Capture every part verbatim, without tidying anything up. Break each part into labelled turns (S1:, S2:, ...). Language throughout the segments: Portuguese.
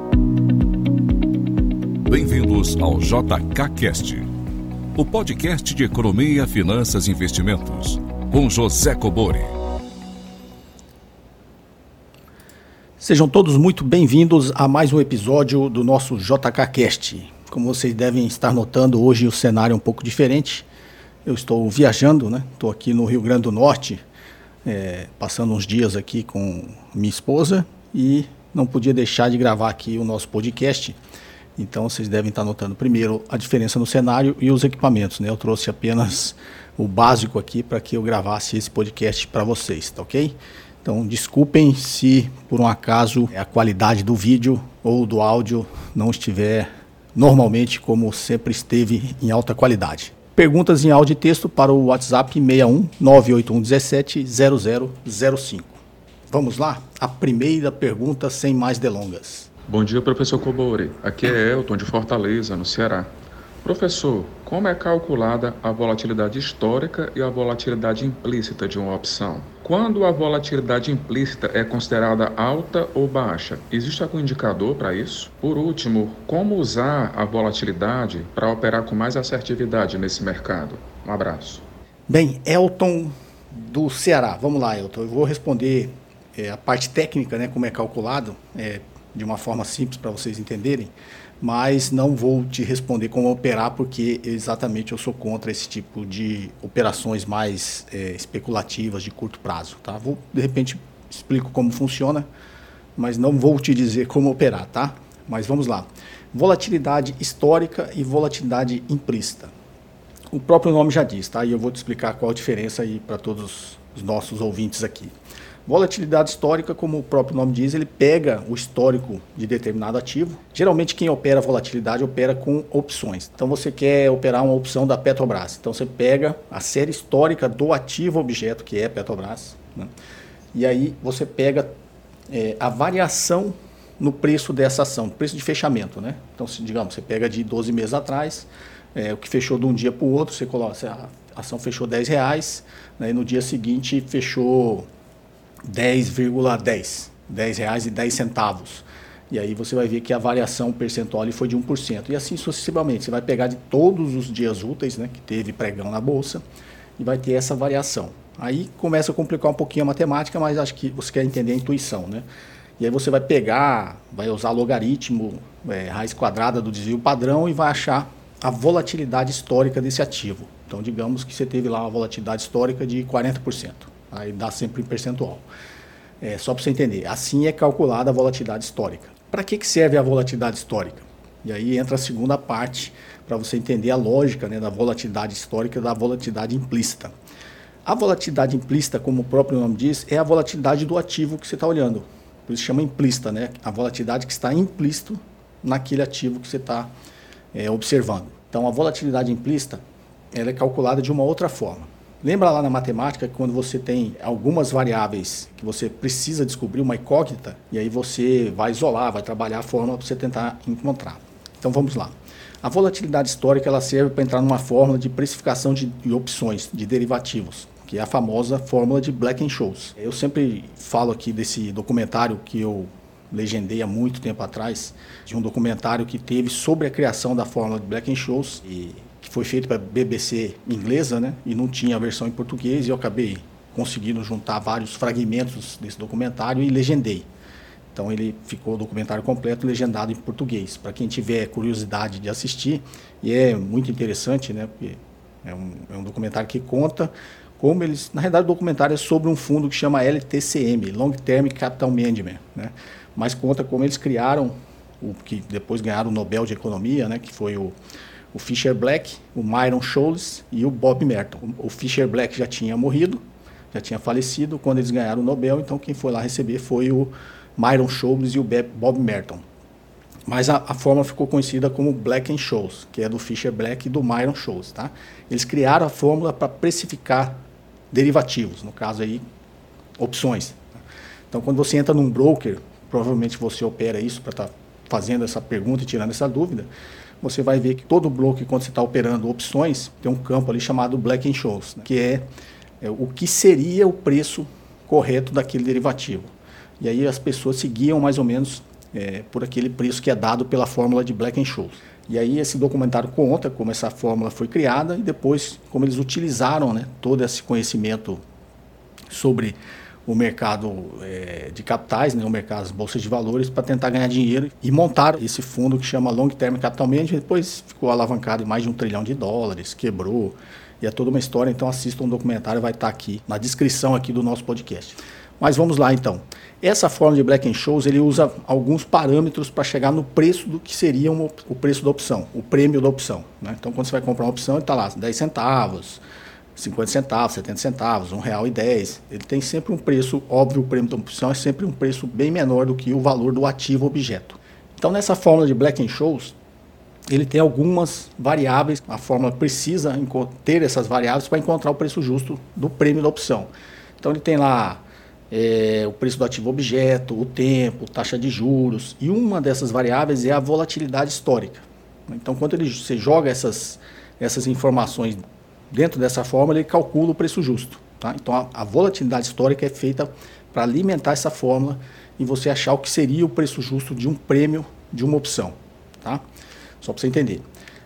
S1: Bem-vindos ao J K Cast, o podcast de economia, finanças e investimentos, com José Cobori.
S2: Sejam todos muito bem-vindos a mais um episódio do nosso J K Cast. Como vocês devem estar notando, hoje o cenário é um pouco diferente. Eu estou viajando, né? Estou aqui no Rio Grande do Norte, é, passando uns dias aqui com minha esposa e não podia deixar de gravar aqui o nosso podcast. Então vocês devem estar notando primeiro a diferença no cenário e os equipamentos, né? Eu trouxe apenas o básico aqui para que eu gravasse esse podcast para vocês, tá ok? Então desculpem se por um acaso a qualidade do vídeo ou do áudio não estiver normalmente como sempre esteve em alta qualidade. Perguntas em áudio e texto para o WhatsApp seis um nove oito um um sete zero zero zero cinco. Vamos lá? A primeira pergunta sem mais delongas.
S3: Bom dia, professor Cobori. Aqui é Elton, de Fortaleza, no Ceará. Professor, como é calculada a volatilidade histórica e a volatilidade implícita de uma opção? Quando a volatilidade implícita é considerada alta ou baixa, existe algum indicador para isso? Por último, como usar a volatilidade para operar com mais assertividade nesse mercado? Um abraço.
S2: Bem, Elton do Ceará. Vamos lá, Elton. Eu vou responder é, a parte técnica, né, como é calculado, é, de uma forma simples para vocês entenderem, mas não vou te responder como operar, porque exatamente eu sou contra esse tipo de operações mais é, especulativas de curto prazo, tá? Vou, de repente, explico como funciona, mas não vou te dizer como operar, tá? Mas vamos lá. Volatilidade histórica e volatilidade implícita. O próprio nome já diz, tá? E eu vou te explicar qual a diferença aí para todos os nossos ouvintes aqui. Volatilidade histórica, como o próprio nome diz, ele pega o histórico de determinado ativo. Geralmente quem opera volatilidade opera com opções. Então você quer operar uma opção da Petrobras. Então você pega a série histórica do ativo objeto, que é Petrobras, né? E aí você pega é, a variação no preço dessa ação, preço de fechamento, né? Então, se, digamos, você pega de doze meses atrás, é, o que fechou de um dia para o outro, você coloca, a ação fechou dez reais, né, e no dia seguinte fechou dez vírgula dez, dez reais e dez centavos. E aí você vai ver que a variação percentual ali foi de um por cento. E assim sucessivamente. Você vai pegar de todos os dias úteis, né, que teve pregão na bolsa, e vai ter essa variação. Aí começa a complicar um pouquinho a matemática, mas acho que você quer entender a intuição, né? E aí você vai pegar, vai usar logaritmo, é, raiz quadrada do desvio padrão e vai achar a volatilidade histórica desse ativo. Então digamos que você teve lá uma volatilidade histórica de quarenta por cento. Aí dá sempre em percentual. É, só para você entender, assim é calculada a volatilidade histórica. Para que, que serve a volatilidade histórica? E aí entra a segunda parte, para você entender a lógica, né, da volatilidade histórica e da volatilidade implícita. A volatilidade implícita, como o próprio nome diz, é a volatilidade do ativo que você está olhando. Por isso chama implícita, né? A volatilidade que está implícito naquele ativo que você está é, observando. Então a volatilidade implícita ela é calculada de uma outra forma. Lembra lá na matemática que quando você tem algumas variáveis que você precisa descobrir uma incógnita, e aí você vai isolar, vai trabalhar a fórmula para você tentar encontrar. Então vamos lá. A volatilidade histórica ela serve para entrar numa fórmula de precificação de, de opções, de derivativos, que é a famosa fórmula de Black-Scholes. Eu sempre falo aqui desse documentário que eu legendei há muito tempo atrás, de um documentário que teve sobre a criação da fórmula de Black-Scholes, e que foi feito para a B B C inglesa, né? E não tinha a versão em português, e eu acabei conseguindo juntar vários fragmentos desse documentário e legendei. Então ele ficou o documentário completo legendado em português, para quem tiver curiosidade de assistir, e é muito interessante, né? Porque é um, é um documentário que conta como eles... Na realidade o documentário é sobre um fundo que chama L T C M, Long Term Capital Management, né? Mas conta como eles criaram, o que depois ganharam o Nobel de Economia, né? Que foi o o Fisher Black, o Myron Scholes e o Bob Merton. O Fisher Black já tinha morrido, já tinha falecido quando eles ganharam o Nobel, então quem foi lá receber foi o Myron Scholes e o Bob Merton. Mas a, a fórmula ficou conhecida como Black-Scholes, que é do Fisher Black e do Myron Scholes, tá? Eles criaram a fórmula para precificar derivativos, no caso aí, opções. Então quando você entra num broker, provavelmente você opera isso para estar tá fazendo essa pergunta e tirando essa dúvida, você vai ver que todo bloco, quando você está operando opções, tem um campo ali chamado Black-Scholes, né, que é, é o que seria o preço correto daquele derivativo. E aí as pessoas seguiam mais ou menos é, por aquele preço que é dado pela fórmula de Black-Scholes. E aí esse documentário conta como essa fórmula foi criada e depois como eles utilizaram, né, todo esse conhecimento sobre o mercado é, de capitais, né, o mercado das bolsas de valores, para tentar ganhar dinheiro e montaram esse fundo que chama Long Term Capital Management. Depois ficou alavancado em mais de um trilhão de dólares, quebrou, e é toda uma história. Então assista um documentário, vai estar aqui na descrição aqui do nosso podcast. Mas vamos lá então. Essa fórmula de Black-Scholes, ele usa alguns parâmetros para chegar no preço do que seria um, o preço da opção, o prêmio da opção, né? Então quando você vai comprar uma opção, ele está lá dez centavos, cinquenta centavos, setenta centavos, um real e dez. Ele tem sempre um preço, óbvio, o prêmio da opção é sempre um preço bem menor do que o valor do ativo objeto. Então nessa fórmula de Black-Scholes, ele tem algumas variáveis, a fórmula precisa ter essas variáveis para encontrar o preço justo do prêmio da opção. Então ele tem lá é, o preço do ativo objeto, o tempo, taxa de juros, e uma dessas variáveis é a volatilidade histórica. Então quando ele, você joga essas, essas informações dentro dessa fórmula, ele calcula o preço justo. Tá? Então, a, a volatilidade histórica é feita para alimentar essa fórmula e você achar o que seria o preço justo de um prêmio de uma opção. Tá? Só para você entender.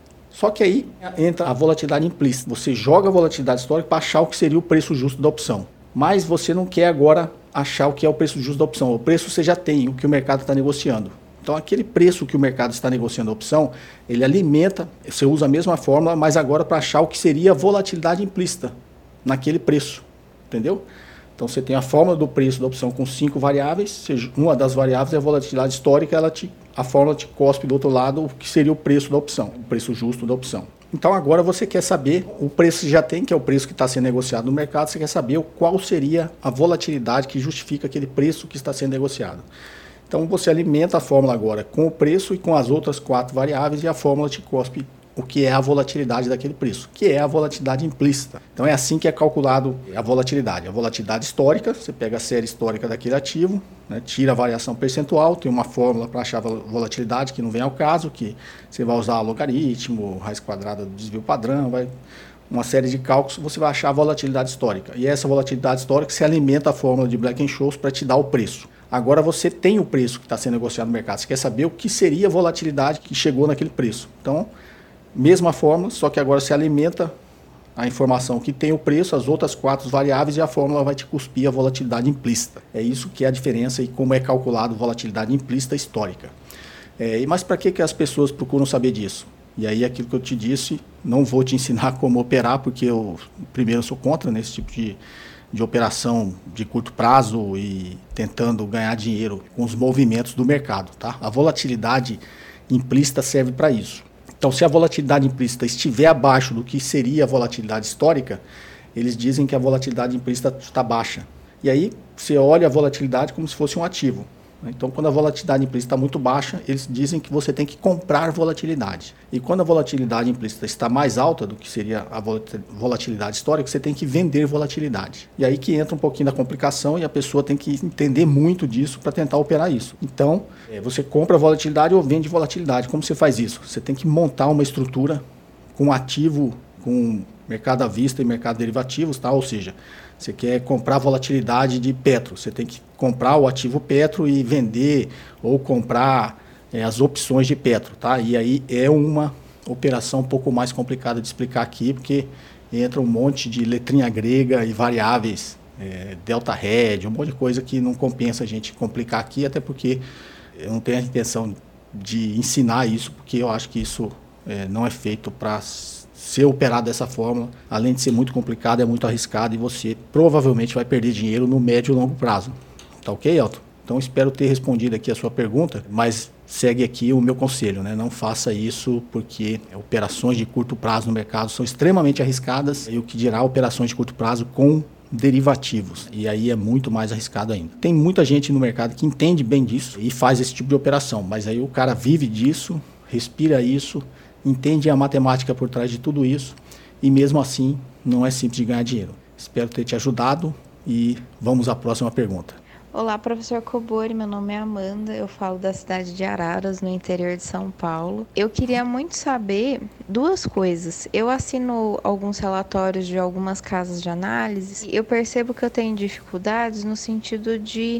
S2: Só que aí entra a volatilidade implícita. Você joga a volatilidade histórica para achar o que seria o preço justo da opção. Mas você não quer agora achar o que é o preço justo da opção. O preço você já tem, o que o mercado está negociando. Então, aquele preço que o mercado está negociando a opção, ele alimenta, você usa a mesma fórmula, mas agora para achar o que seria a volatilidade implícita naquele preço, entendeu? Então, você tem a fórmula do preço da opção com cinco variáveis, uma das variáveis é a volatilidade histórica, ela te, a fórmula te cospe do outro lado o que seria o preço da opção, o preço justo da opção. Então, agora você quer saber, o preço que já tem, que é o preço que está sendo negociado no mercado, você quer saber qual seria a volatilidade que justifica aquele preço que está sendo negociado. Então, você alimenta a fórmula agora com o preço e com as outras quatro variáveis e a fórmula te cospe o que é a volatilidade daquele preço, que é a volatilidade implícita. Então, é assim que é calculado a volatilidade. A volatilidade histórica, você pega a série histórica daquele ativo, né, tira a variação percentual, tem uma fórmula para achar a volatilidade que não vem ao caso, que você vai usar logaritmo, raiz quadrada do desvio padrão, vai... uma série de cálculos, você vai achar a volatilidade histórica. E essa volatilidade histórica se alimenta a fórmula de Black-Scholes para te dar o preço. Agora você tem o preço que está sendo negociado no mercado. Você quer saber o que seria a volatilidade que chegou naquele preço. Então, mesma fórmula, só que agora você alimenta a informação que tem o preço, as outras quatro variáveis, e a fórmula vai te cuspir a volatilidade implícita. É isso que é a diferença e como é calculado a volatilidade implícita histórica. É, mas para que, que as pessoas procuram saber disso? E aí, aquilo que eu te disse, não vou te ensinar como operar, porque eu, primeiro, eu sou contra nesse tipo de, de operação de curto prazo e tentando ganhar dinheiro com os movimentos do mercado. Tá? A volatilidade implícita serve para isso. Então, se a volatilidade implícita estiver abaixo do que seria a volatilidade histórica, eles dizem que a volatilidade implícita está baixa. E aí, você olha a volatilidade como se fosse um ativo. Então, quando a volatilidade implícita está muito baixa, eles dizem que você tem que comprar volatilidade. E quando a volatilidade implícita está mais alta do que seria a volatilidade histórica, você tem que vender volatilidade. E aí que entra um pouquinho da complicação e a pessoa tem que entender muito disso para tentar operar isso. Então, é, você compra volatilidade ou vende volatilidade. Como você faz isso? Você tem que montar uma estrutura com ativo, com mercado à vista e mercado de derivativos, tá? Ou seja, você quer comprar volatilidade de Petro, você tem que comprar o ativo Petro e vender ou comprar é, as opções de Petro, tá? E aí é uma operação um pouco mais complicada de explicar aqui, porque entra um monte de letrinha grega e variáveis, é, delta hedge, um monte de coisa que não compensa a gente complicar aqui, até porque eu não tenho a intenção de ensinar isso, porque eu acho que isso é, não é feito para ser operado dessa forma. Além de ser muito complicado, é muito arriscado e você provavelmente vai perder dinheiro no médio e longo prazo. Tá ok, Elton? Então, espero ter respondido aqui a sua pergunta, mas segue aqui o meu conselho, né? Não faça isso porque operações de curto prazo no mercado são extremamente arriscadas e o que dirá operações de curto prazo com derivativos. E aí é muito mais arriscado ainda. Tem muita gente no mercado que entende bem disso e faz esse tipo de operação, mas aí o cara vive disso, respira isso, entende a matemática por trás de tudo isso e mesmo assim não é simples de ganhar dinheiro. Espero ter te ajudado e vamos à próxima pergunta.
S4: Olá, professor Cobori, meu nome é Amanda, eu falo da cidade de Araras, no interior de São Paulo. Eu queria muito saber duas coisas. Eu assino alguns relatórios de algumas casas de análise e eu percebo que eu tenho dificuldades no sentido de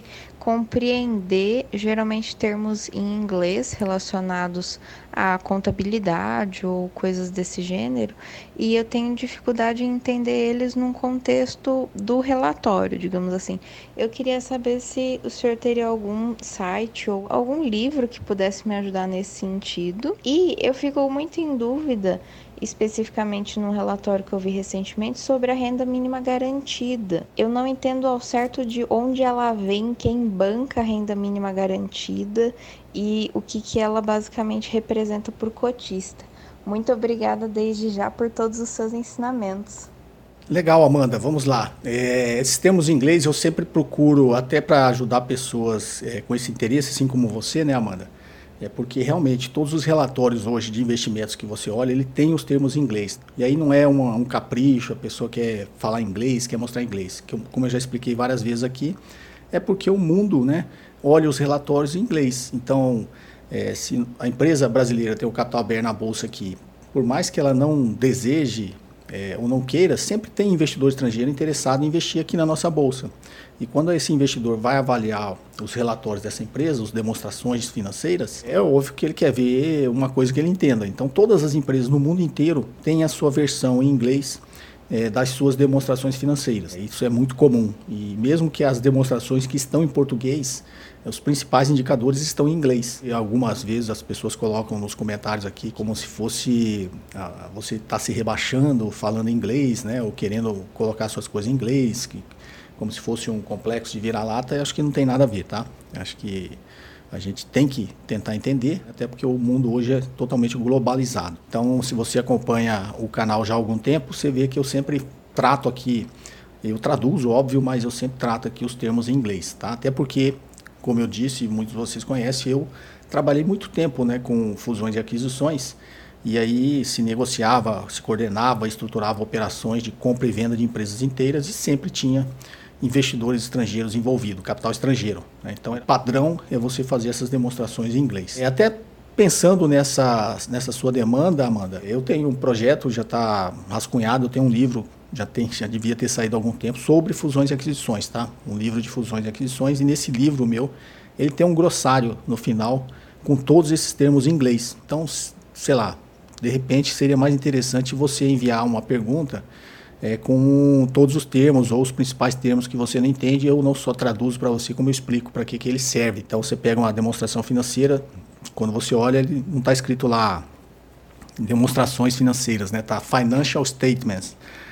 S4: compreender geralmente termos em inglês relacionados à contabilidade ou coisas desse gênero, e eu tenho dificuldade em entender eles num contexto do relatório, digamos assim. Eu queria saber se o senhor teria algum site ou algum livro que pudesse me ajudar nesse sentido. E eu fico muito em dúvida, especificamente no relatório que eu vi recentemente, sobre a renda mínima garantida. Eu não entendo ao certo de onde ela vem, quem banca a renda mínima garantida e o que, que ela basicamente representa por cotista. Muito obrigada desde já por todos os seus ensinamentos.
S2: Legal, Amanda, vamos lá. É, esses termos em inglês eu sempre procuro, até para ajudar pessoas é, com esse interesse, assim como você, né, Amanda? É porque realmente todos os relatórios hoje de investimentos que você olha, ele tem os termos em inglês. E aí não é uma, um capricho, a pessoa quer falar inglês, quer mostrar inglês. Que eu, como eu já expliquei várias vezes aqui, é porque o mundo, né, olha os relatórios em inglês. Então, é, se a empresa brasileira tem o capital aberto na bolsa aqui, por mais que ela não deseje é, ou não queira, sempre tem investidor estrangeiro interessado em investir aqui na nossa bolsa. E quando esse investidor vai avaliar os relatórios dessa empresa, as demonstrações financeiras, é óbvio que ele quer ver uma coisa que ele entenda. Então, todas as empresas no mundo inteiro têm a sua versão em inglês é, das suas demonstrações financeiras. Isso é muito comum. E mesmo que as demonstrações que estão em português, os principais indicadores estão em inglês. E algumas vezes as pessoas colocam nos comentários aqui como se fosse ah, você está se rebaixando falando inglês, né, ou querendo colocar suas coisas em inglês, que como se fosse um complexo de vira-lata, eu acho que não tem nada a ver, tá? Acho que a gente tem que tentar entender, até porque o mundo hoje é totalmente globalizado. Então, se você acompanha o canal já há algum tempo, você vê que eu sempre trato aqui, eu traduzo, óbvio, mas eu sempre trato aqui os termos em inglês, tá? Até porque, como eu disse, muitos de vocês conhecem, eu trabalhei muito tempo, né, com fusões e aquisições, e aí se negociava, se coordenava, estruturava operações de compra e venda de empresas inteiras e sempre tinha investidores estrangeiros envolvidos, capital estrangeiro, né? Então, é padrão é você fazer essas demonstrações em inglês. É até pensando nessa, nessa sua demanda, Amanda, eu tenho um projeto, já está rascunhado, eu tenho um livro, já, tem, já devia ter saído há algum tempo, sobre fusões e aquisições, tá? Um livro de fusões e aquisições, e nesse livro meu, ele tem um glossário no final, com todos esses termos em inglês. Então, sei lá, de repente seria mais interessante você enviar uma pergunta É, com todos os termos ou os principais termos que você não entende, eu não só traduzo para você, como eu explico para que, que ele serve. Então você pega uma demonstração financeira, quando você olha, ele não está escrito lá demonstrações financeiras, né? Tá financial statements.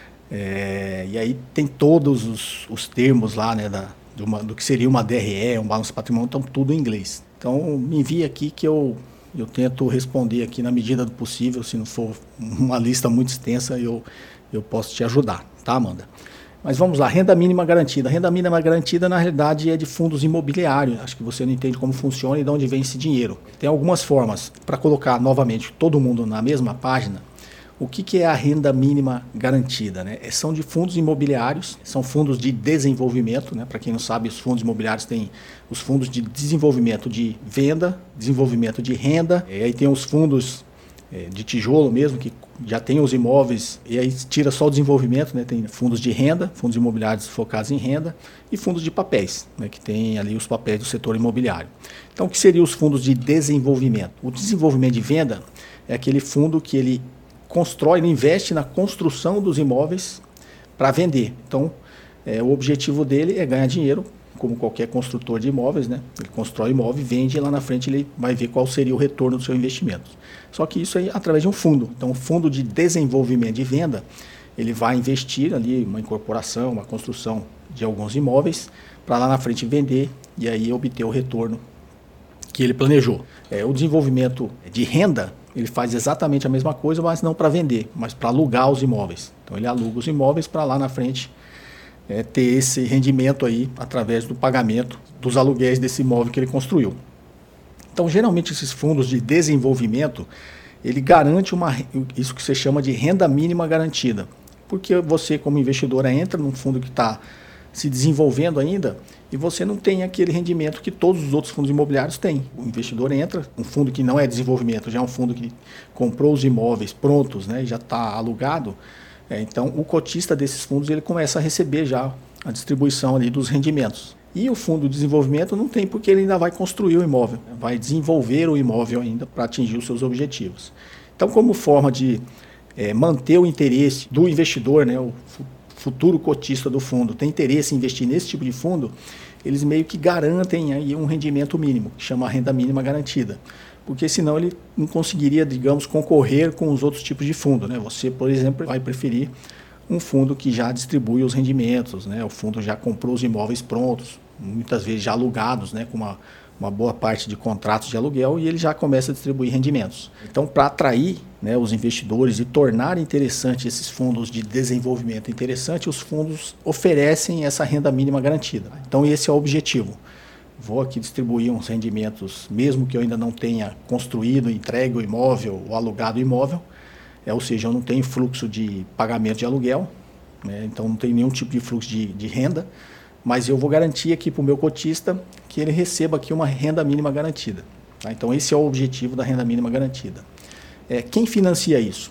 S2: É, e aí tem todos os, os termos lá, né, da, de uma, do que seria uma D R E, um balanço patrimonial, estão tudo em inglês. Então me envie aqui que eu, eu tento responder aqui na medida do possível. Se não for uma lista muito extensa, eu eu posso te ajudar, tá, Amanda? Mas vamos lá, renda mínima garantida. A renda mínima garantida, na realidade, é de fundos imobiliários. Acho que você não entende como funciona e de onde vem esse dinheiro. Tem algumas formas para colocar novamente todo mundo na mesma página. O que, que é a renda mínima garantida, né? São de fundos imobiliários, são fundos de desenvolvimento, né? Para quem não sabe, os fundos imobiliários têm os fundos de desenvolvimento de venda, desenvolvimento de renda, e aí tem os fundos é, de tijolo mesmo, que já tem os imóveis, e aí tira só o desenvolvimento, né? Tem fundos de renda, fundos imobiliários focados em renda, e fundos de papéis, né? Que tem ali os papéis do setor imobiliário. Então, o que seriam os fundos de desenvolvimento? O desenvolvimento de venda é aquele fundo que ele constrói, ele investe na construção dos imóveis para vender. Então, é, o objetivo dele é ganhar dinheiro, como qualquer construtor de imóveis, né? Ele constrói imóvel, vende e lá na frente ele vai ver qual seria o retorno do seu investimento. Só que isso aí através de um fundo. Então, o fundo de desenvolvimento de venda, ele vai investir ali uma incorporação, uma construção de alguns imóveis para lá na frente vender e aí obter o retorno que ele planejou. É, o desenvolvimento de renda, ele faz exatamente a mesma coisa, mas não para vender, mas para alugar os imóveis. Então, ele aluga os imóveis para lá na frente É, ter esse rendimento aí através do pagamento dos aluguéis desse imóvel que ele construiu. Então, geralmente, esses fundos de desenvolvimento, ele garante uma, isso que você chama de renda mínima garantida. Porque você, como investidora, entra num fundo que está se desenvolvendo ainda e você não tem aquele rendimento que todos os outros fundos imobiliários têm. O investidor entra, um fundo que não é desenvolvimento, já é um fundo que comprou os imóveis prontos, né, e já está alugado. É, então, o cotista desses fundos ele começa a receber já a distribuição ali dos rendimentos. E o fundo de desenvolvimento não tem, porque ele ainda vai construir o imóvel, vai desenvolver o imóvel ainda para atingir os seus objetivos. Então, como forma de é, manter o interesse do investidor, né, o futuro cotista do fundo, tem interesse em investir nesse tipo de fundo, eles meio que garantem aí um rendimento mínimo, que chama renda mínima garantida. Porque senão ele não conseguiria, digamos, concorrer com os outros tipos de fundo, né? Você, por exemplo, vai preferir um fundo que já distribui os rendimentos, né? O fundo já comprou os imóveis prontos, muitas vezes já alugados, né? Com uma, uma boa parte de contratos de aluguel, e ele já começa a distribuir rendimentos. Então, para atrair, né, os investidores e tornar interessante esses fundos de desenvolvimento interessante, os fundos oferecem essa renda mínima garantida. Então, esse é o objetivo. Vou aqui distribuir uns rendimentos, mesmo que eu ainda não tenha construído, entregue o imóvel ou alugado o imóvel, é, ou seja, eu não tenho fluxo de pagamento de aluguel, né, então não tem nenhum tipo de fluxo de, de renda, mas eu vou garantir aqui para o meu cotista que ele receba aqui uma renda mínima garantida. Tá? Então esse é o objetivo da renda mínima garantida. É, quem financia isso?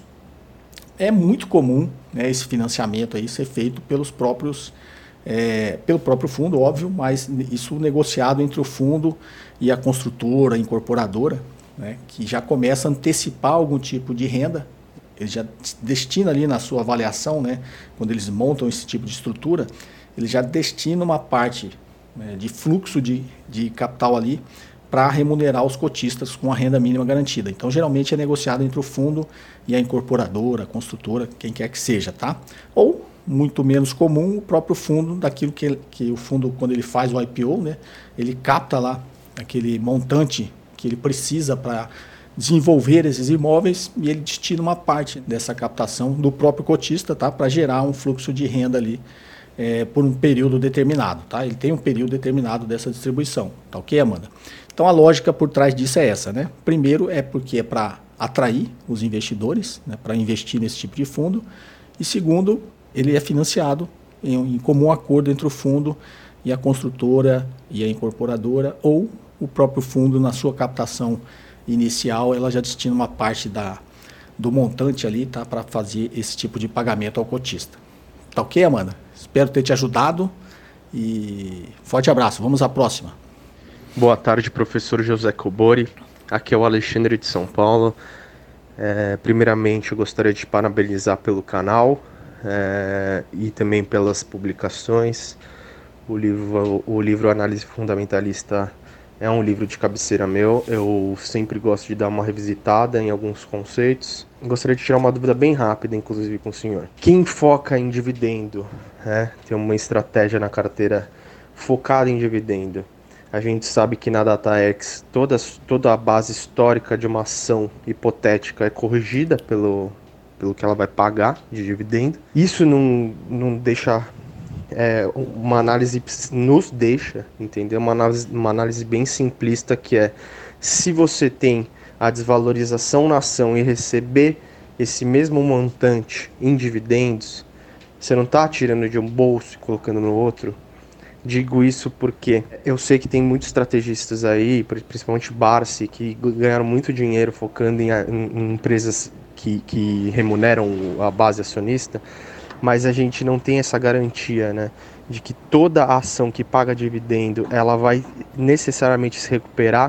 S2: É muito comum, né, esse financiamento aí ser feito pelos próprios É, pelo próprio fundo, óbvio, mas isso negociado entre o fundo e a construtora, a incorporadora, né, que já começa a antecipar algum tipo de renda. Ele já destina ali na sua avaliação, né, quando eles montam esse tipo de estrutura, ele já destina uma parte, né, de fluxo de, de capital ali para remunerar os cotistas com a renda mínima garantida. Então, geralmente é negociado entre o fundo e a incorporadora, a construtora, quem quer que seja, tá? Ou muito menos comum, o próprio fundo, daquilo que, ele, que o fundo, quando ele faz o I P O, né, ele capta lá aquele montante que ele precisa para desenvolver esses imóveis e ele destina uma parte dessa captação do próprio cotista, tá, para gerar um fluxo de renda ali é, por um período determinado. Tá? Ele tem um período determinado dessa distribuição. Tá ok, Amanda? Então a lógica por trás disso é essa, né? Primeiro é porque é para atrair os investidores, né, para investir nesse tipo de fundo, e segundo, ele é financiado em, em comum acordo entre o fundo e a construtora e a incorporadora, ou o próprio fundo, na sua captação inicial, ela já destina uma parte da, do montante ali, tá, para fazer esse tipo de pagamento ao cotista. Tá ok, Amanda? Espero ter te ajudado e forte abraço. Vamos à próxima.
S5: Boa tarde, professor José Cobori. Aqui é o Alexandre de São Paulo. É, primeiramente, eu gostaria de parabenizar pelo canal. É, e também pelas publicações. O livro, o livro Análise Fundamentalista é um livro de cabeceira meu. Eu sempre gosto de dar uma revisitada em alguns conceitos. Gostaria de tirar uma dúvida bem rápida, inclusive com o senhor. Quem foca em dividendo, né, tem uma estratégia na carteira focada em dividendo. A gente sabe que na DataX toda, toda a base histórica de uma ação hipotética é corrigida pelo... pelo que ela vai pagar de dividendo. Isso não, não deixa, é, uma análise, nos deixa, entender? Uma análise, uma análise bem simplista, que é, se você tem a desvalorização na ação e receber esse mesmo montante em dividendos, você não está tirando de um bolso e colocando no outro. Digo isso porque eu sei que tem muitos estrategistas aí, principalmente Barsi, que ganharam muito dinheiro focando em, em, em empresas Que, que remuneram a base acionista, mas a gente não tem essa garantia, né, de que toda a ação que paga dividendo, ela vai necessariamente se recuperar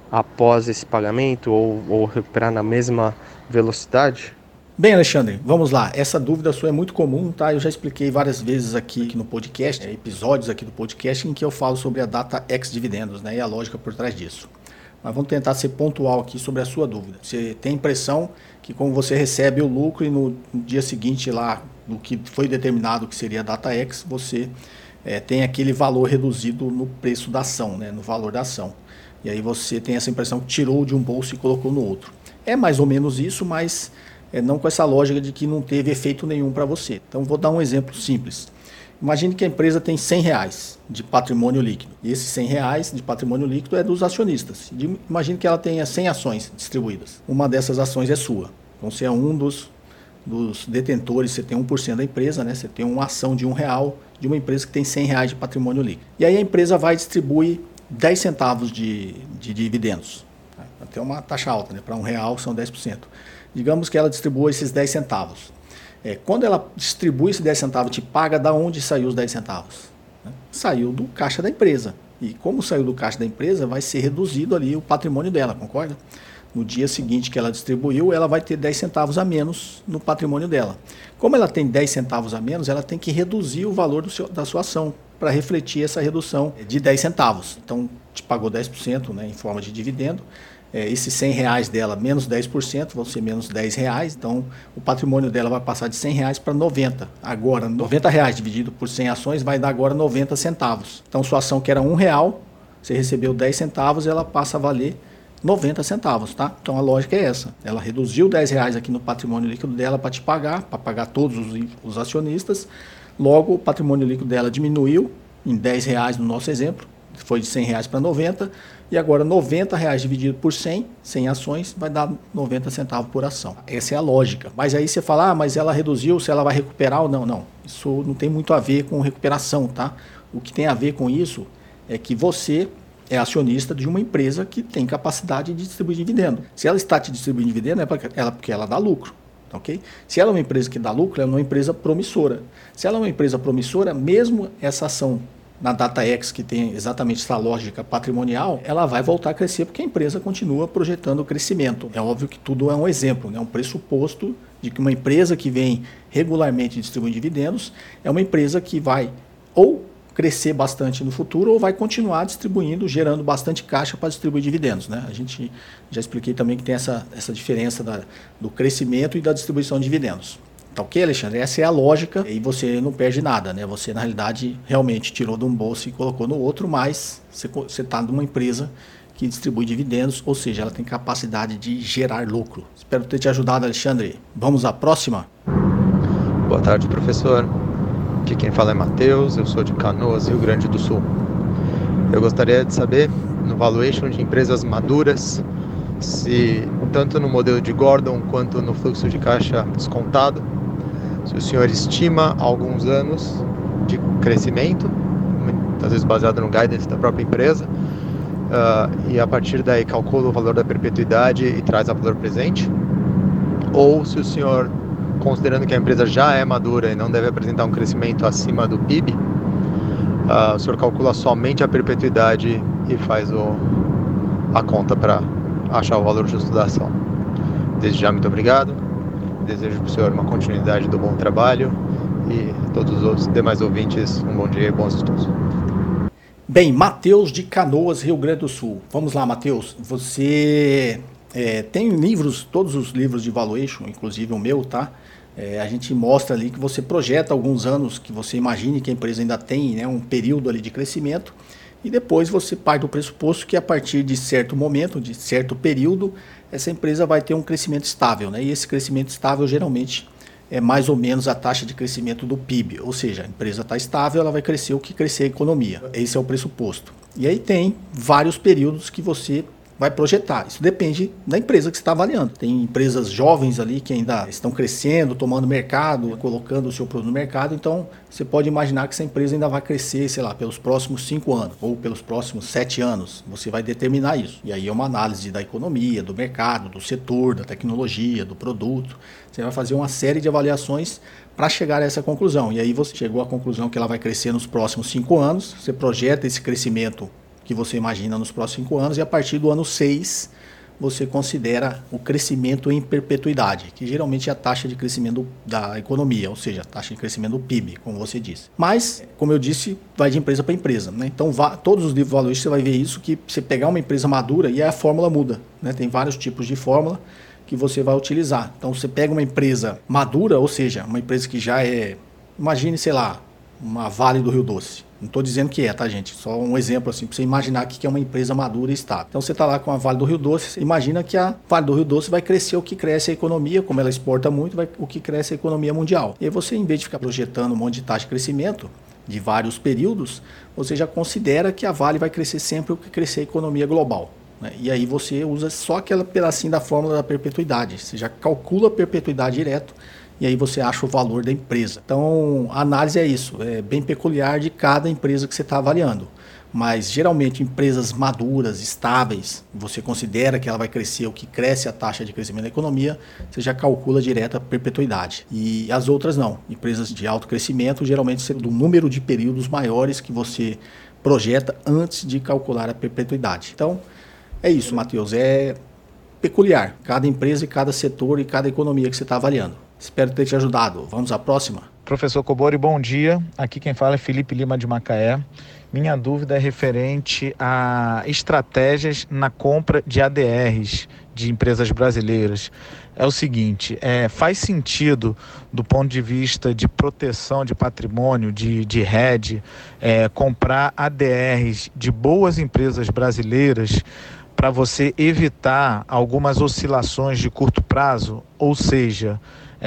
S5: após esse pagamento, ou, ou recuperar na mesma velocidade?
S2: Bem, Alexandre, vamos lá. Essa dúvida sua é muito comum, tá? Eu já expliquei várias vezes aqui, aqui no podcast, é, episódios aqui do podcast, em que eu falo sobre a DataX dividendos, né, e a lógica por trás disso. Mas vamos tentar ser pontual aqui sobre a sua dúvida. Você tem a impressão que, como você recebe o lucro e no dia seguinte lá, no que foi determinado que seria a DataX, você é, tem aquele valor reduzido no preço da ação, né, no valor da ação. E aí você tem essa impressão que tirou de um bolso e colocou no outro. É mais ou menos isso, mas é, não com essa lógica de que não teve efeito nenhum para você. Então vou dar um exemplo simples. Imagine que a empresa tem cem reais de patrimônio líquido. E esses cem reais de patrimônio líquido é dos acionistas. Imagine que ela tenha cem ações distribuídas. Uma dessas ações é sua. Então você é um dos, dos detentores, você tem um por cento da empresa, né? Você tem uma ação de um real de uma empresa que tem cem reais de patrimônio líquido. E aí a empresa vai distribuir dez centavos de, de dividendos. Até uma taxa alta, né? Para um real são dez por cento. Digamos que ela distribua esses dez centavos. É, quando ela distribui esses dez centavos, te paga da onde saiu os dez centavos? Né? Saiu do caixa da empresa. E como saiu do caixa da empresa, vai ser reduzido ali o patrimônio dela, concorda? No dia seguinte que ela distribuiu, ela vai ter dez centavos a menos no patrimônio dela. Como ela tem dez centavos a menos, ela tem que reduzir o valor do seu, da sua ação para refletir essa redução de dez centavos. Então, te pagou dez por cento, né, em forma de dividendo. É, esses cem reais dela, menos dez por cento, vão ser menos dez reais. Então, o patrimônio dela vai passar de cem reais para noventa. Agora, noventa reais dividido por cem ações vai dar agora noventa centavos. Então, sua ação que era um real, você recebeu dez centavos, ela passa a valer noventa centavos, tá? Então a lógica é essa. Ela reduziu dez reais aqui no patrimônio líquido dela para te pagar, para pagar todos os, os acionistas. Logo, o patrimônio líquido dela diminuiu em dez reais no nosso exemplo. Foi de cem reais para noventa. E agora noventa reais dividido por cem, cem ações, vai dar noventa centavos por ação. Essa é a lógica. Mas aí você fala, ah, mas ela reduziu, se ela vai recuperar ou não. Não, isso não tem muito a ver com recuperação, tá? O que tem a ver com isso é que você é acionista de uma empresa que tem capacidade de distribuir dividendo. Se ela está te distribuindo dividendo, é porque ela, porque ela dá lucro. Okay? Se ela é uma empresa que dá lucro, ela é uma empresa promissora. Se ela é uma empresa promissora, mesmo essa ação na DataX, que tem exatamente essa lógica patrimonial, ela vai voltar a crescer porque a empresa continua projetando crescimento. É óbvio que tudo é um exemplo, né? Um pressuposto de que uma empresa que vem regularmente distribuindo dividendos é uma empresa que vai ou crescer bastante no futuro ou vai continuar distribuindo, gerando bastante caixa para distribuir dividendos. Né? A gente já expliquei também que tem essa, essa diferença da, do crescimento e da distribuição de dividendos. Tá ok, Alexandre? Essa é a lógica e você não perde nada. Né? Você, na realidade, realmente tirou de um bolso e colocou no outro, mas você está numa empresa que distribui dividendos, ou seja, ela tem capacidade de gerar lucro. Espero ter te ajudado, Alexandre. Vamos à próxima?
S6: Boa tarde, professor. Aqui quem fala é Matheus, eu sou de Canoas, Rio Grande do Sul. Eu gostaria de saber, no valuation de empresas maduras, se tanto no modelo de Gordon quanto no fluxo de caixa descontado, se o senhor estima alguns anos de crescimento, muitas vezes baseado no guidance da própria empresa, uh, e a partir daí calcula o valor da perpetuidade e traz a valor presente, ou se o senhor, considerando que a empresa já é madura e não deve apresentar um crescimento acima do P I B, uh, o senhor calcula somente a perpetuidade e faz o, a conta para achar o valor justo da ação. Desde já, muito obrigado. Desejo para o senhor uma continuidade do bom trabalho e a todos os demais ouvintes um bom dia e bons estudos.
S2: Bem, Matheus de Canoas, Rio Grande do Sul. Vamos lá, Matheus. Você é, tem livros, todos os livros de valuation, inclusive o meu, tá? É, a gente mostra ali que você projeta alguns anos que você imagine que a empresa ainda tem, né, um período ali de crescimento e depois você parte do pressuposto que a partir de certo momento, de certo período, essa empresa vai ter um crescimento estável, né? E esse crescimento estável geralmente é mais ou menos a taxa de crescimento do P I B, ou seja, a empresa está estável, ela vai crescer o que crescer a economia. Esse é o pressuposto. E aí tem vários períodos que você vai projetar. Isso depende da empresa que você está avaliando. Tem empresas jovens ali que ainda estão crescendo, tomando mercado, colocando o seu produto no mercado. Então, você pode imaginar que essa empresa ainda vai crescer, sei lá, pelos próximos cinco anos ou pelos próximos sete anos. Você vai determinar isso. E aí é uma análise da economia, do mercado, do setor, da tecnologia, do produto. Você vai fazer uma série de avaliações para chegar a essa conclusão. E aí você chegou à conclusão que ela vai crescer nos próximos cinco anos. Você projeta esse crescimento que você imagina nos próximos cinco anos, e a partir do ano seis você considera o crescimento em perpetuidade, que geralmente é a taxa de crescimento da economia, ou seja, a taxa de crescimento do P I B, como você disse. Mas, como eu disse, vai de empresa para empresa, né? Então, vá, todos os livros de valuation você vai ver isso, que você pegar uma empresa madura e a fórmula muda, né? Tem vários tipos de fórmula que você vai utilizar. Então, você pega uma empresa madura, ou seja, uma empresa que já é, imagine, sei lá, uma Vale do Rio Doce. Não estou dizendo que é, tá, gente? Só um exemplo assim, para você imaginar que é uma empresa madura e estável. Então, você está lá com a Vale do Rio Doce, você imagina que a Vale do Rio Doce vai crescer o que cresce a economia, como ela exporta muito, vai, o que cresce a economia mundial. E aí você, em vez de ficar projetando um monte de taxa de crescimento de vários períodos, você já considera que a Vale vai crescer sempre o que crescer a economia global, né? E aí você usa só aquele pedacinho da fórmula da perpetuidade. Você já calcula a perpetuidade direto, e aí você acha o valor da empresa. Então, a análise é isso, é bem peculiar de cada empresa que você está avaliando. Mas geralmente empresas maduras, estáveis, você considera que ela vai crescer, o que cresce a taxa de crescimento da economia, você já calcula direto a perpetuidade. E as outras não. Empresas de alto crescimento geralmente são do número de períodos maiores que você projeta antes de calcular a perpetuidade. Então, é isso, Matheus. É peculiar. Cada empresa e cada setor e cada economia que você está avaliando. Espero ter te ajudado. Vamos à próxima?
S7: Professor Cobori, bom dia. Aqui quem fala é Felipe Lima de Macaé. Minha dúvida é referente a estratégias na compra de A D Rs de empresas brasileiras. É o seguinte, é, faz sentido do ponto de vista de proteção de patrimônio, de, de hedge, é, comprar A D Rs de boas empresas brasileiras para você evitar algumas oscilações de curto prazo, ou seja,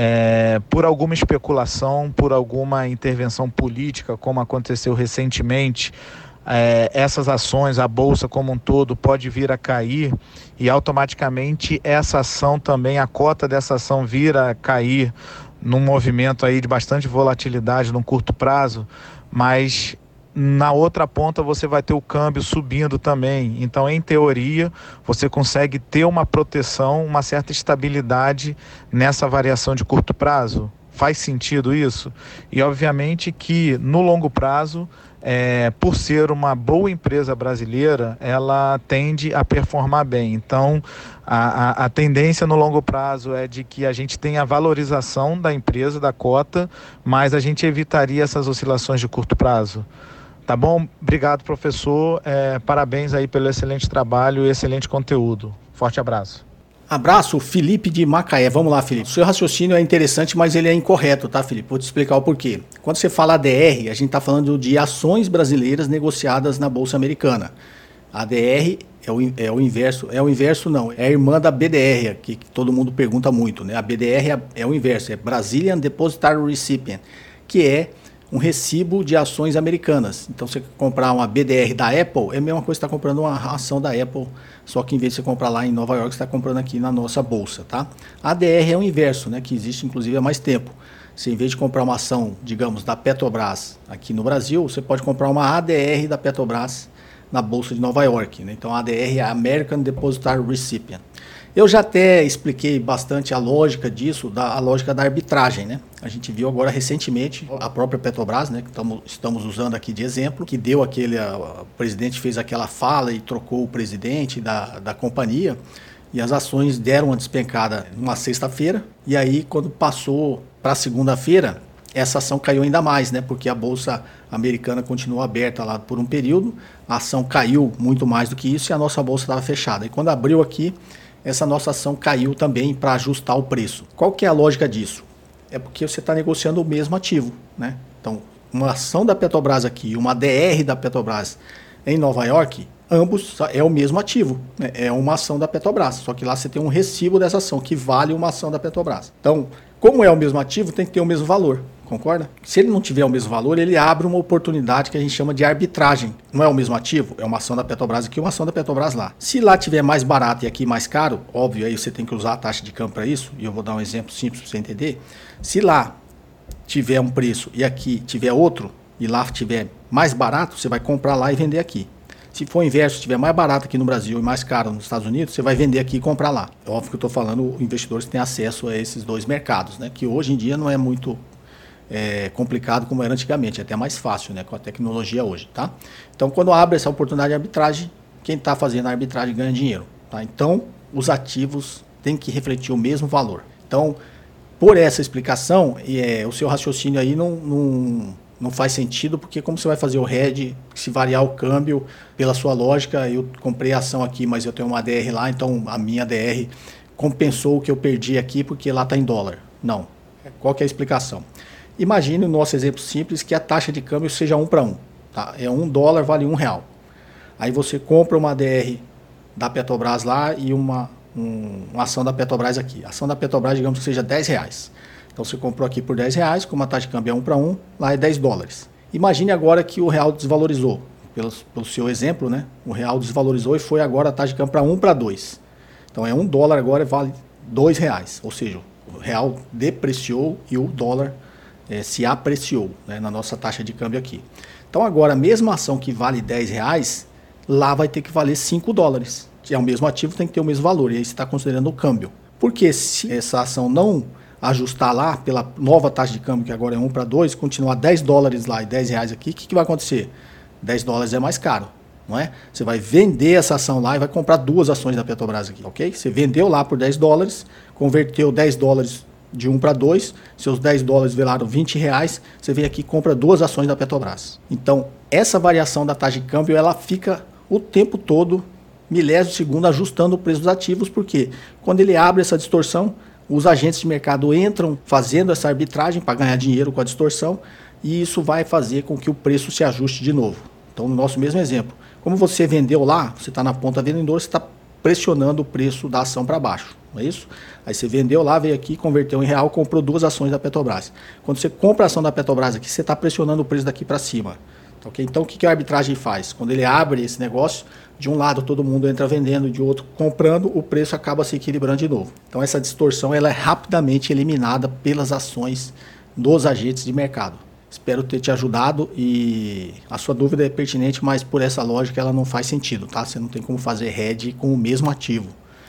S7: É, por alguma especulação, por alguma intervenção política, como aconteceu recentemente, é, essas ações, a Bolsa como um todo, pode vir a cair e automaticamente essa ação também, a cota dessa ação vir a cair num movimento aí de bastante volatilidade num curto prazo, mas na outra ponta você vai ter o câmbio subindo também. Então, em teoria, você consegue ter uma proteção, uma certa estabilidade nessa variação de curto prazo. Faz sentido isso? E, obviamente, que no longo prazo, é, por ser uma boa empresa brasileira, ela tende a performar bem. Então, a, a, a tendência no longo prazo é de que a gente tenha a valorização da empresa, da cota, mas a gente evitaria essas oscilações de curto prazo. Tá bom? Obrigado, professor. É, parabéns aí pelo excelente trabalho e excelente conteúdo. Forte abraço.
S2: Abraço, Felipe de Macaé. Vamos lá, Felipe. O seu raciocínio é interessante, mas ele é incorreto, tá, Felipe? Vou te explicar o porquê. Quando você fala A D R, a gente está falando de ações brasileiras negociadas na Bolsa Americana. A D R é o, é o inverso, é o inverso não, é a irmã da B D R, que, que todo mundo pergunta muito, né? A B D R é, é o inverso, é Brazilian Depositary Recipient, que é um recibo de ações americanas. Então, você comprar uma B D R da Apple, é a mesma coisa que você está comprando uma ação da Apple, só que em vez de você comprar lá em Nova York, você está comprando aqui na nossa bolsa, tá? A D R é o inverso, né, que existe inclusive há mais tempo. Você, em vez de comprar uma ação, digamos, da Petrobras aqui no Brasil, você pode comprar uma A D R da Petrobras na bolsa de Nova York, né? Então, a ADR é a American Depositary Recipient. Eu já até expliquei bastante a lógica disso, da, a lógica da arbitragem, né? A gente viu agora recentemente a própria Petrobras, né, que tamo, estamos usando aqui de exemplo, que deu aquele, a, o presidente fez aquela fala e trocou o presidente da, da companhia, e as ações deram uma despencada numa sexta-feira, e aí quando passou para segunda-feira, essa ação caiu ainda mais, né? Porque a bolsa americana continuou aberta lá por um período, a ação caiu muito mais do que isso e a nossa bolsa estava fechada. E quando abriu aqui, essa nossa ação caiu também para ajustar o preço. Qual que é a lógica disso? É porque você está negociando o mesmo ativo, né? Então, uma ação da Petrobras aqui e uma D R da Petrobras em Nova York, ambos é o mesmo ativo, né? É uma ação da Petrobras, só que lá você tem um recibo dessa ação que vale uma ação da Petrobras. Então, como é o mesmo ativo, tem que ter o mesmo valor, concorda? Se ele não tiver o mesmo valor, ele abre uma oportunidade que a gente chama de arbitragem. Não é o mesmo ativo? É uma ação da Petrobras aqui e uma ação da Petrobras lá. Se lá tiver mais barato e aqui mais caro, óbvio, aí você tem que usar a taxa de câmbio para isso, e eu vou dar um exemplo simples para você entender. Se lá tiver um preço e aqui tiver outro, e lá tiver mais barato, você vai comprar lá e vender aqui. Se for o inverso, se estiver mais barato aqui no Brasil e mais caro nos Estados Unidos, você vai vender aqui e comprar lá. É óbvio que eu estou falando investidores que têm acesso a esses dois mercados, né? Que hoje em dia não é muito é, complicado como era antigamente, é até mais fácil, né? Com a tecnologia hoje, tá? Então, quando abre essa oportunidade de arbitragem, quem está fazendo a arbitragem ganha dinheiro, tá? Então, os ativos têm que refletir o mesmo valor. Então, por essa explicação, é, o seu raciocínio aí não... não Não faz sentido, porque como você vai fazer o hedge, se variar o câmbio, pela sua lógica, eu comprei a ação aqui, mas eu tenho uma A D R lá, então a minha A D R compensou o que eu perdi aqui, porque lá está em dólar. Não. Qual que é a explicação? Imagine o nosso exemplo simples, que a taxa de câmbio seja um para um. Tá? É um dólar, vale um real. Aí você compra uma A D R da Petrobras lá e uma, um, uma ação da Petrobras aqui. A ação da Petrobras, digamos que seja dez reais. Então, você comprou aqui por dez reais, como a taxa de câmbio é um para um, lá é dez dólares. Imagine agora que o real desvalorizou. Pelo, pelo seu exemplo, né? O real desvalorizou e foi agora a taxa de câmbio para um para dois. Então, é um dólar agora vale dois reais. Ou seja, o real depreciou e o dólar é, se apreciou, né, na nossa taxa de câmbio aqui. Então agora a mesma ação que vale dez reais, lá vai ter que valer cinco dólares. Que é o mesmo ativo, tem que ter o mesmo valor. E aí você está considerando o câmbio. Porque se essa ação não ajustar lá pela nova taxa de câmbio, que agora é um para dois, continuar dez dólares lá e dez reais aqui, o que, que vai acontecer? dez dólares é mais caro, não é? Você vai vender essa ação lá e vai comprar duas ações da Petrobras aqui, ok? Você vendeu lá por dez dólares, converteu dez dólares de um para dois, seus dez dólares viraram vinte reais, você vem aqui e compra duas ações da Petrobras. Então, essa variação da taxa de câmbio, ela fica o tempo todo, milésimo de segundo, ajustando o preço dos ativos, porque quando ele abre essa distorção, os agentes de mercado entram fazendo essa arbitragem para ganhar dinheiro com a distorção, e isso vai fazer com que o preço se ajuste de novo. Então, no nosso mesmo exemplo, como você vendeu lá, você está na ponta vendedora, você está pressionando o preço da ação para baixo, não é isso? Aí você vendeu lá, veio aqui, converteu em real, comprou duas ações da Petrobras. Quando você compra a ação da Petrobras aqui, você está pressionando o preço daqui para cima. Okay? Então, o que, que a arbitragem faz? Quando ele abre esse negócio, de um lado todo mundo entra vendendo, de outro comprando, o preço acaba se equilibrando de novo. Então, essa distorção ela é rapidamente eliminada pelas ações dos agentes de mercado. Espero ter te ajudado e a sua dúvida é pertinente, mas por essa lógica ela não faz sentido, tá? Você não tem como fazer hedge com o mesmo ativo.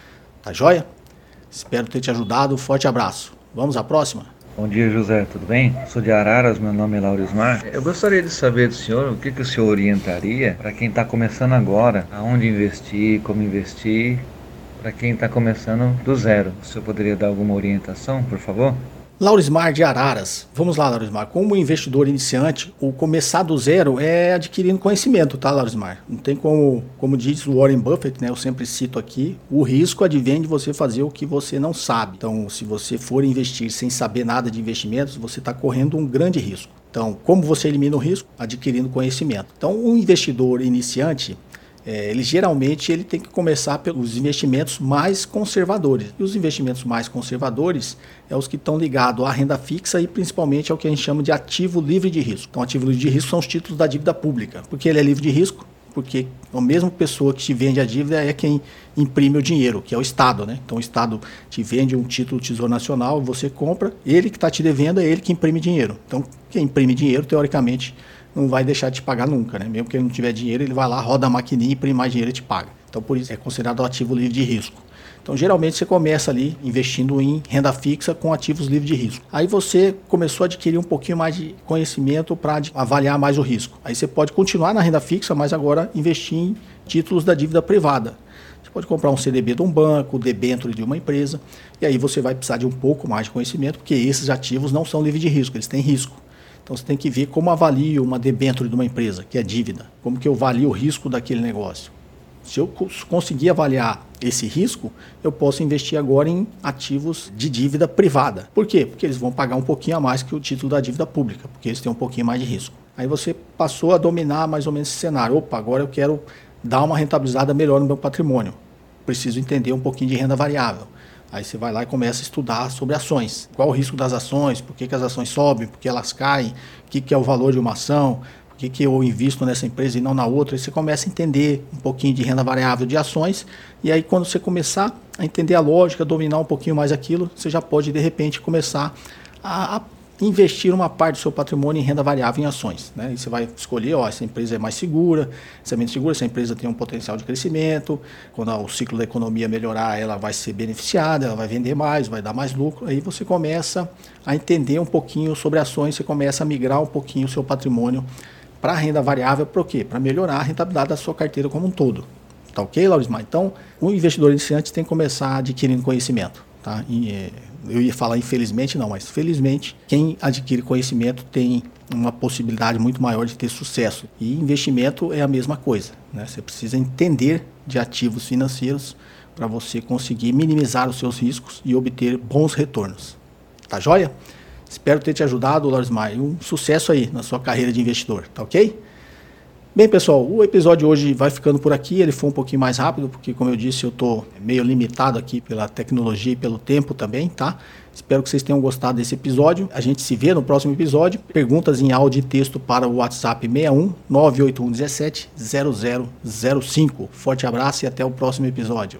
S2: Tá joia? Espero ter te ajudado. Forte abraço. Vamos à próxima?
S8: Bom dia, José, tudo bem? Sou de Araras, meu nome é Laurismar. Eu gostaria de saber do senhor o que, que o senhor orientaria para quem está começando agora, aonde investir, como investir, para quem está começando do zero. O senhor poderia dar alguma orientação, por favor?
S2: Laurismar de Araras. Vamos lá, Laurismar. Como investidor iniciante, o começar do zero é adquirindo conhecimento, tá, Laurismar? Não tem como, como diz o Warren Buffett, né? Eu sempre cito aqui, o risco advém de você fazer o que você não sabe. Então, se você for investir sem saber nada de investimentos, você está correndo um grande risco. Então, como você elimina o risco? Adquirindo conhecimento. Então, o investidor iniciante, É, ele geralmente ele tem que começar pelos investimentos mais conservadores. E os investimentos mais conservadores é os que estão ligados à renda fixa e principalmente ao que a gente chama de ativo livre de risco. Então, ativo livre de risco são os títulos da dívida pública. Por que ele é livre de risco? Porque a mesma pessoa que te vende a dívida é quem imprime o dinheiro, que é o Estado, né? Então, o Estado te vende um título do Tesouro Nacional, você compra, ele que está te devendo é ele que imprime dinheiro. Então, quem imprime dinheiro, teoricamente, não vai deixar de te pagar nunca, né? Mesmo que ele não tiver dinheiro, ele vai lá, roda a maquininha, imprime mais dinheiro e te paga. Então, por isso, é considerado ativo livre de risco. Então, geralmente, você começa ali investindo em renda fixa com ativos livres de risco. Aí você começou a adquirir um pouquinho mais de conhecimento para avaliar mais o risco. Aí você pode continuar na renda fixa, mas agora investir em títulos da dívida privada. Você pode comprar um C D B de um banco, debênture de uma empresa, e aí você vai precisar de um pouco mais de conhecimento, porque esses ativos não são livres de risco, eles têm risco. Então você tem que ver como avalio uma debênture de uma empresa, que é dívida. Como que eu avalio o risco daquele negócio. Se eu conseguir avaliar esse risco, eu posso investir agora em ativos de dívida privada. Por quê? Porque eles vão pagar um pouquinho a mais que o título da dívida pública, porque eles têm um pouquinho mais de risco. Aí você passou a dominar mais ou menos esse cenário. Opa, agora eu quero dar uma rentabilizada melhor no meu patrimônio. Preciso entender um pouquinho de renda variável. Aí você vai lá e começa a estudar sobre ações. Qual o risco das ações, por que, que as ações sobem, por que elas caem, o que, que é o valor de uma ação, por que, que eu invisto nessa empresa e não na outra. Aí você começa a entender um pouquinho de renda variável de ações. E aí quando você começar a entender a lógica, dominar um pouquinho mais aquilo, você já pode de repente começar a, a investir uma parte do seu patrimônio em renda variável em ações, né? E você vai escolher, ó, essa empresa é mais segura, essa é menos segura, essa empresa tem um potencial de crescimento, quando o ciclo da economia melhorar, ela vai ser beneficiada, ela vai vender mais, vai dar mais lucro, aí você começa a entender um pouquinho sobre ações, você começa a migrar um pouquinho o seu patrimônio para renda variável, para o quê? Para melhorar a rentabilidade da sua carteira como um todo. Tá ok, Laurismar? Então, o investidor iniciante tem que começar adquirindo conhecimento, tá? E, é, eu ia falar infelizmente não, mas felizmente quem adquire conhecimento tem uma possibilidade muito maior de ter sucesso. E investimento é a mesma coisa, né? Você precisa entender de ativos financeiros para você conseguir minimizar os seus riscos e obter bons retornos. Tá joia? Espero ter te ajudado, Laurismar, e um sucesso aí na sua carreira de investidor, tá ok? Bem, pessoal, o episódio de hoje vai ficando por aqui. Ele foi um pouquinho mais rápido, porque, como eu disse, eu estou meio limitado aqui pela tecnologia e pelo tempo também, tá? Espero que vocês tenham gostado desse episódio. A gente se vê no próximo episódio. Perguntas em áudio e texto para o WhatsApp seis um nove oito um um sete zero zero zero cinco. Forte abraço e até o próximo episódio.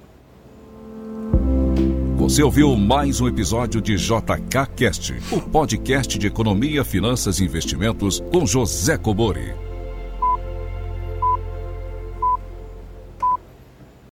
S1: Você ouviu mais um episódio de J K Cast, o podcast de economia, finanças e investimentos com José Cobori.